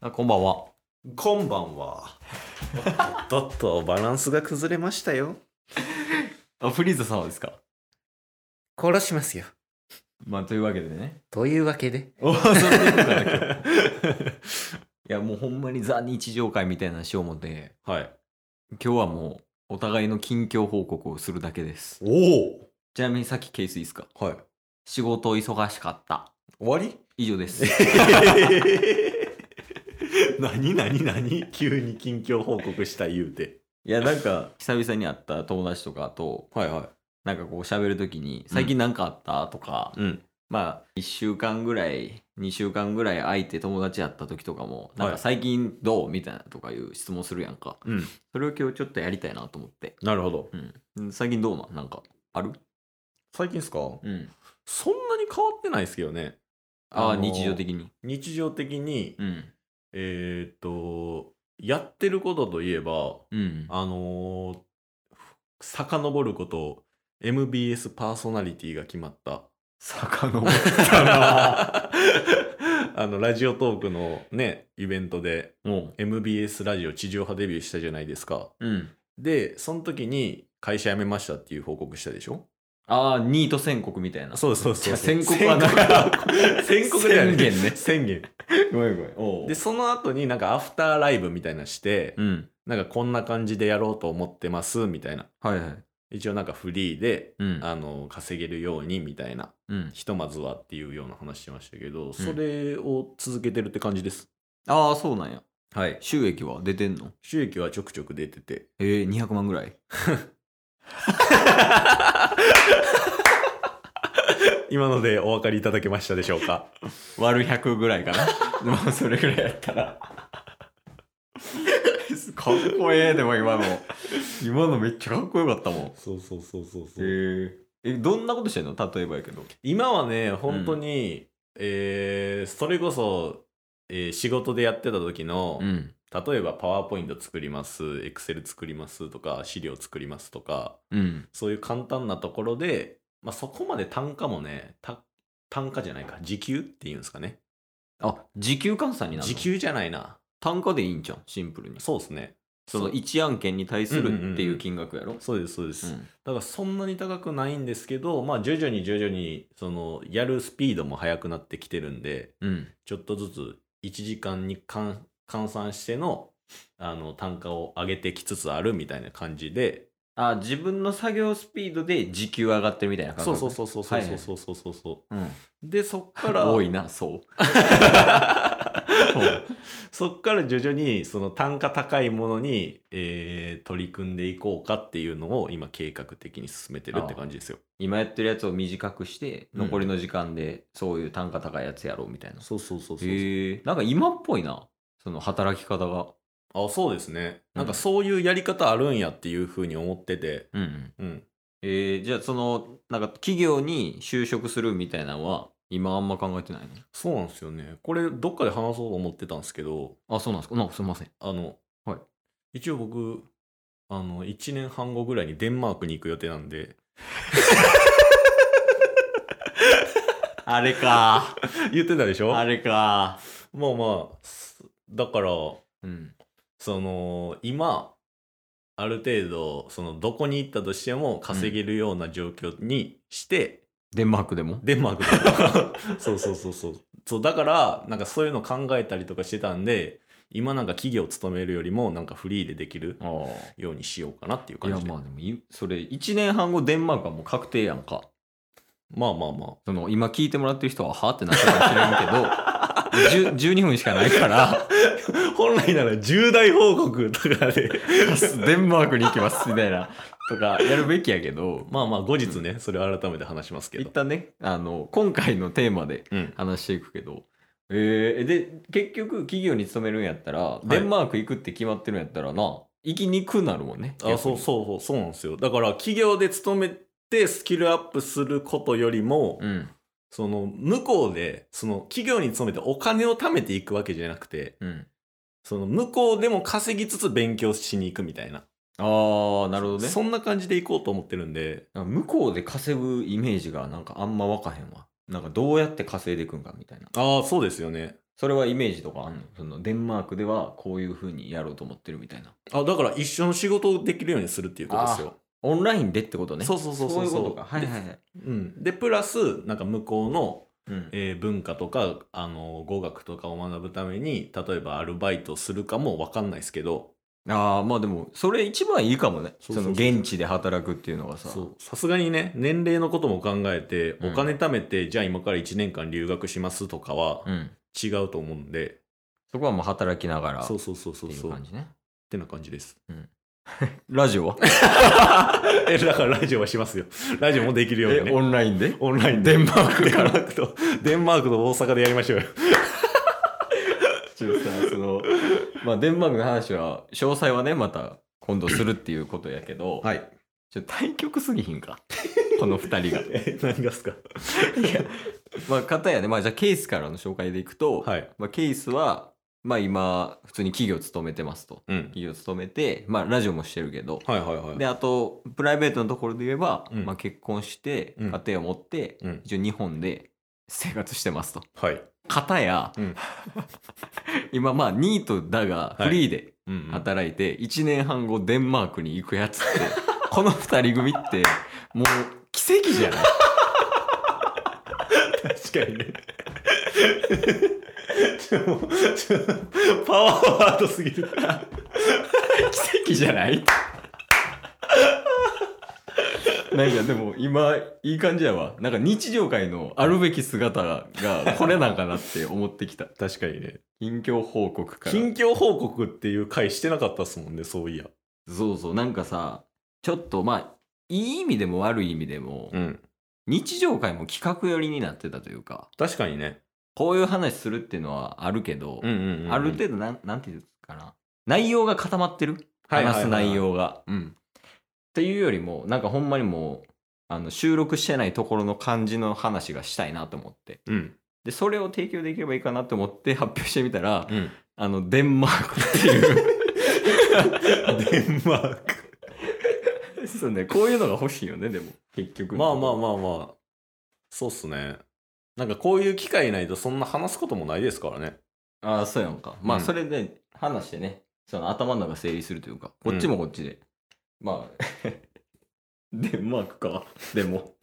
こんばんは。 こんばんは。とっとバランスが崩れましたよ。 フリーザ様ですか。 殺しますよ。 というわけでね。 というわけで。 それでいいのかな、今日。いや、もうほんまにザ日常会みたいなのしよう思って、 はい。 今日はもうお互いの近況報告をするだけです。 おお。 ちなみにさっきケースいいですか。 はい。 仕事忙しかった。 終わり？ 以上です。 何急に近況報告した言うて。 いや、なんか久々に会った友達とかと、 はいはなんかこう喋るときに、最近なんかあったとか、 い。うん。 1週間ぐらい、2週間ぐらい空いて友達やった時とかも、なんはいか最近どうみたいなとかいう質問するやんか。 うん。 それを今日ちょっとやりたいなと思って。 なるほど。 最近どうなんかある？ 最近っすか？ うん。 そんなに変わってないですけどね。 日常的に。 日常的に、 うん。 やってることといえば、 うん。 遡ること、MBS パーソナリティが決まった。 遡ったなラジオトークのね、イベントでも MBS ラジオ地上波デビューしたじゃないですか。 う。うん。 で、その時に会社辞めましたっていう報告したでしょ？ ニート宣告みたいな。 そう。 宣告はなんか、 宣告だよね。 宣言ね。 宣言。 ごめんごめん。おう。 で、その後になんかアフターライブみたいなして、 うん。 なんかこんな感じでやろうと思ってますみたいな。 はいはい。 一応なんかフリーで、 うん稼げるようにみたいな。 うん。 ひとまずはっていうような話してましたけど、それを続けてるって感じです。 そうなんや。 はい。 収益は出てんの？ 収益はちょくちょく出てて。 200万ぐらい。 今のでお分かりいただけましたでしょうか？ 割る100ぐらいかな。まあそれぐらいやったら。かっこええ。でも今のめっちゃかっこよかったもん。 そう。 どんなことしてんの？例えばやけど。 今はね、本当に、それこそ、仕事でやってた時の、例えばパワーポイント作ります、エクセル作りますとか、資料作りますとか、そういう簡単なところで、まあ、そこまで単価もね、単価じゃないか、時給っていうんですかね。 時給換算になるの？ 時給じゃないな。 単価でいいんじゃん、シンプルに。 そうですね。 その1案件に対するっていう金額やろ？ そうです。だからそんなに高くないんですけど、まあ徐々にそのやるスピードも速くなってきてるんで、ちょっとずつ1時間に換算しての単価を上げてきつつあるみたいな感じで。 自分の作業スピードで時給上がってるみたいな感じ。 そう。で、そっから多いな、そう。 そっから徐々にその単価高いものに、取り組んでいこうかっていうのを今計画的に進めてるって感じですよ。 今やってるやつを短くして残りの時間でそういう単価高いやつやろうみたいな。 そう。 なんか今っぽいな、その働き方が。 そうですね。なんかそういうやり方あるんやっていうふうに思ってて。 じゃあそのなんか企業に就職するみたいなのは今あんま考えてないの？ そうなんですよね。これどっかで話そうと思ってたんですけど。 そうなんですか。すいません。 はい。一応僕1年半後ぐらいにデンマークに行く予定なんで。 あれか。 言ってたでしょ？ あれか。 まあだから、その今ある程度そのどこに行ったとしても稼げるような状況にして、 デンマークでもそうだからなんかそういうの考えたりとかしてたんで、今なんか企業勤めるよりもなんかフリーでできるようにしようかなっていう感じで。 いやでもそれ1年半後デンマークはもう確定やんか。 まあその今聞いてもらってる人ははってなったかもしれんけど12分しかないから本来なら重大報告とかでデンマークに行きますみたいなとかやるべきやけど、 まあ後日ね、それを改めて話しますけど、 一旦ね今回のテーマで話していくけど、で結局企業に勤めるんやったら、デンマーク行くって決まってるんやったらな、行きにくくなるもんね。 そうなんですよ。だから企業で勤めてスキルアップすることよりも、その向こうでその企業に勤めてお金を貯めていくわけじゃなくて、その向こうでも稼ぎつつ勉強しに行くみたいな。 なるほどね。 そんな感じで行こうと思ってるんで。 向こうで稼ぐイメージがなんかあんま分かへんわ。なんかどうやって稼いでいくんかみたいな。 そうですよね。 それはイメージとかあんの？そのデンマークではこういう風にやろうと思ってるみたいな。 あ、だから一緒の仕事をできるようにするっていうことですよ。 オンラインでってことね。 そうそうそうそう。 そういうことか。はいはいはい。 で、プラス、なんか向こうの、 うん文化とか、語学とかを学ぶために、例えばアルバイトするかもわかんないですけど、 ああ、まあでも、それ一番いいかもね。 そうそうそうそうその現地で働くっていうのがさ。 そうさすがにね、年齢のことも考えて、 うんお金貯めて、じゃあ今から1年間留学しますとかはうん。 違うと思うんで、 そこはもう働きながらってそうそうそうそういうそう。っ感じね。 てな感じです。 ラジオはだからラジオはしますよ。ラジオもできるようにね。 オンラインでオンラインで。 デンマークからデンマークと大阪でやりましょうよ。 ちょっとさ、まあデンマークの話は、詳細はね、また今度するっていうことやけど、 はい。 ちょっと対極すぎひんか。この二人が。 何がっすか？ いや、まあ、方やね、まあじゃあケースからの紹介でいくと、 はい。 まあケースは、まあ今、普通に企業勤めてますと。 うん。 企業勤めて、まあラジオもしてるけど、 はいはいはい。 で、あと、プライベートのところで言えば、 うんまあ結婚して、 うん家庭を持って、 うん。 一応日本で生活してますと。 はい。 方や、 うん。 今まあニートだがフリーでうんうん。 働いて、1年半後デンマークに行くやつって、この二人組って、もう奇跡じゃない？ 確かにね。パワーワードすぎる。 奇跡じゃない？なんかでも今いい感じやわ。なんか日常会のあるべき姿がこれなんかなって思ってきた。 確かにね。 近況報告から。 近況報告っていう回してなかったっすもんね、そういや。 そうそう、なんかさ、ちょっとまあ、いい意味でも悪い意味でも、 うん。 日常会も企画寄りになってたというか、 確かにね。 こういう話するっていうのはあるけど、 うんうんうんうん。 ある程度なんていうんですかな。内容が固まってる。 はいはいはいはい話す内容が。っていうよりも、なんかほんまにもう、収録してないところの感じの話がしたいなと思って。 うん。 で、それを提供できればいいかなと思って発表してみたら、 うん。 デンマークっていう。 デンマーク。 そうね、こういうのが欲しいよね、でも、結局。 まあまあまあまあ。そうっすね。なんかこういう機会ないとそんな話すこともないですからね。 ああ、そうやんか。まあ、 うんそれで話してね、その頭の中が整理するというか、こっちもこっちで。まあ、デンマークか。でも。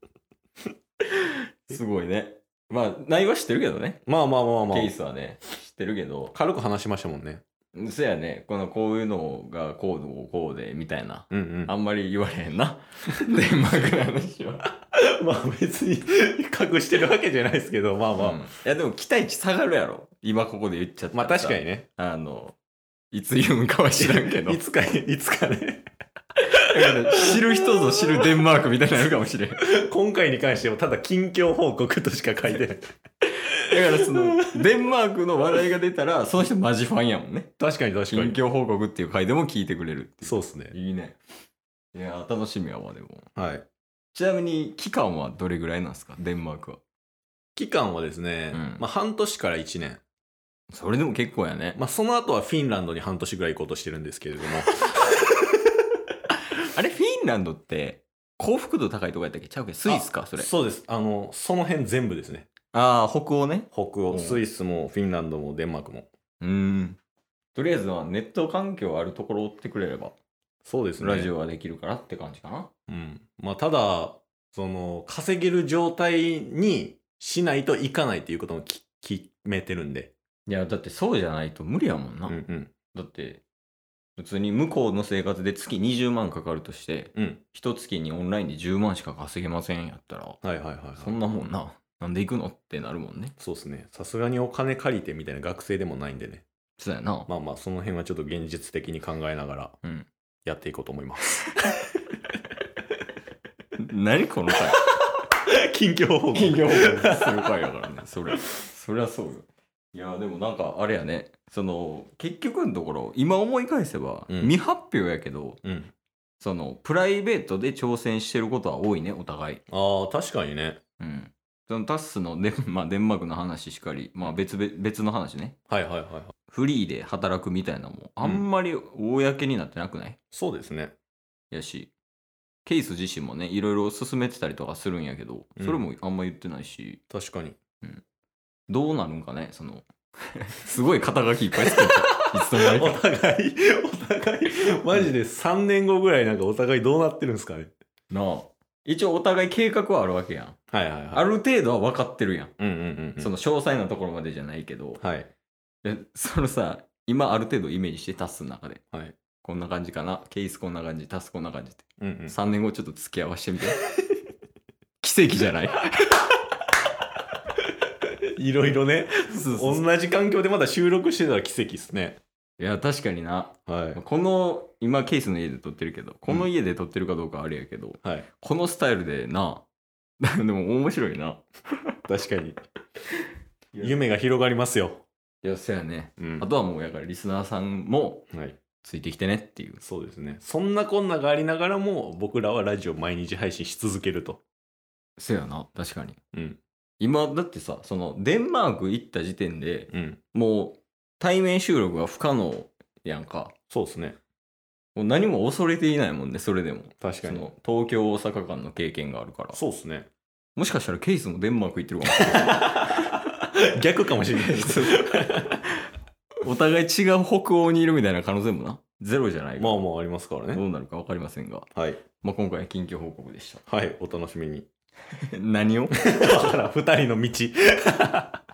すごいね。まあ、内容は知ってるけどね。 まあまあまあまあケー。スはね、知ってるけど。 軽く話しましたもんね。 そやね、こういうのがこうで、みたいな。 うんうん。 あんまり言われへんな。デンマークの話は。 まあ別に隠してるわけじゃないですけど、まあまあ。 いや、でも期待値下がるやろ。今ここで言っちゃったまあらさ確かにね。 いつ言うんかは知らんけど。 いつかね。 だから知る人ぞ知るデンマークみたいになるかもしれん。だか今回に関してもただ近況報告としか書いてない。 らデンマークの話題が出たら、その人マジファンやもんね。 確かに確かに。 近況報告っていう回でも聞いてくれるっていう。 そうっすね。 いいね。いや、楽しみやわ、でも。 はい。 ちなみに、期間はどれぐらいなんですか、デンマークは。 期間はですね、まあ半年から1年。 それでも結構やね。 まあその後はフィンランドに半年ぐらい行こうとしてるんですけれども。 あれ、フィンランドって、幸福度高いとこやったっけ？ちゃうけど、スイスか、それ。 そうです。その辺全部ですね。 ああ、北欧ね。 北欧、スイスもフィンランドもデンマークも。 とりあえずはネット環境あるところを追ってくれれば、 そうですね。 ラジオはできるからって感じかな。 まあただ、稼げる状態にしないといかないっていうことも決めてるんで。 いや、だってそうじゃないと無理やもんな。だって、普通に向こうの生活で月20万かかるとして、一月にオンラインで10万しか稼げませんやったら、そんなもんな。なんで行くのってなるもんね。 そうですね。さすがにお金借りてみたいな学生でもないんでね。 そうやな。 まあまあ、その辺はちょっと現実的に考えながら、やっていこうと思います。 何この回？ 近況報告。 近況報告する回やからね。そりゃそうよ。いや、でもなんかあれやね。結局のところ、今思い返せば、未発表やけど、プライベートで挑戦してることは多いね、お互い。 ああ、確かにね。 タッスのデンマークの話しかり、まあ別の話ね。フリーで働くみたいなのも、あんまり公になってなくない？ そうですね。 やし、ケース自身もね、いろいろ進めてたりとかするんやけど、それもあんま言ってないし。 確かに。 どうなるんかね、 すごい肩書きいっぱいつけていつの間にか。 お互い、マジで3年後ぐらいなんかお互いどうなってるんですかね。 なあ。一応お互い計画はあるわけやん。 はいはいはい。 ある程度は分かってるやん。 うんうんうんうん。 その詳細なところまでじゃないけど。 はい。 そのさ、今ある程度イメージしてタスの中で。 はい。 こんな感じかな。ケースこんな感じ、タスこんな感じって。 うんうん。 3年後ちょっと付き合わせてみて。奇跡じゃないいろいろね。同じ環境でまだ収録してたら奇跡っすね。 いや、確かにな。 はい。 この、今ケースの家で撮ってるけど、この家で撮ってるかどうかあれやけど、 はい。 このスタイルでな、でも面白いな。 確かに。夢が広がりますよ。 いや、そうやね。 うん。 あとはもう、やからリスナーさんも、 はい。 ついてきてねっていう。 そうですね。そんなこんながありながらも、僕らはラジオ毎日配信し続けると。 そうやな、確かに。 うん。 今、だってさ、その、デンマーク行った時点で、 うん。 もう、対面収録は不可能やんか。 そうですね。 もう何も恐れていないもんね、それでも。 確かに。 その、東京、大阪間の経験があるから。 そうですね。 もしかしたらケースもデンマーク行ってるかもしれない。 逆かもしれないです。 お互い違う北欧にいるみたいな可能性もな。ゼロじゃないから。 まあまあありますからね。 どうなるか分かりませんが。 はい。 まあ今回は近況報告でした。 はい、お楽しみに。 何をだから2人の道。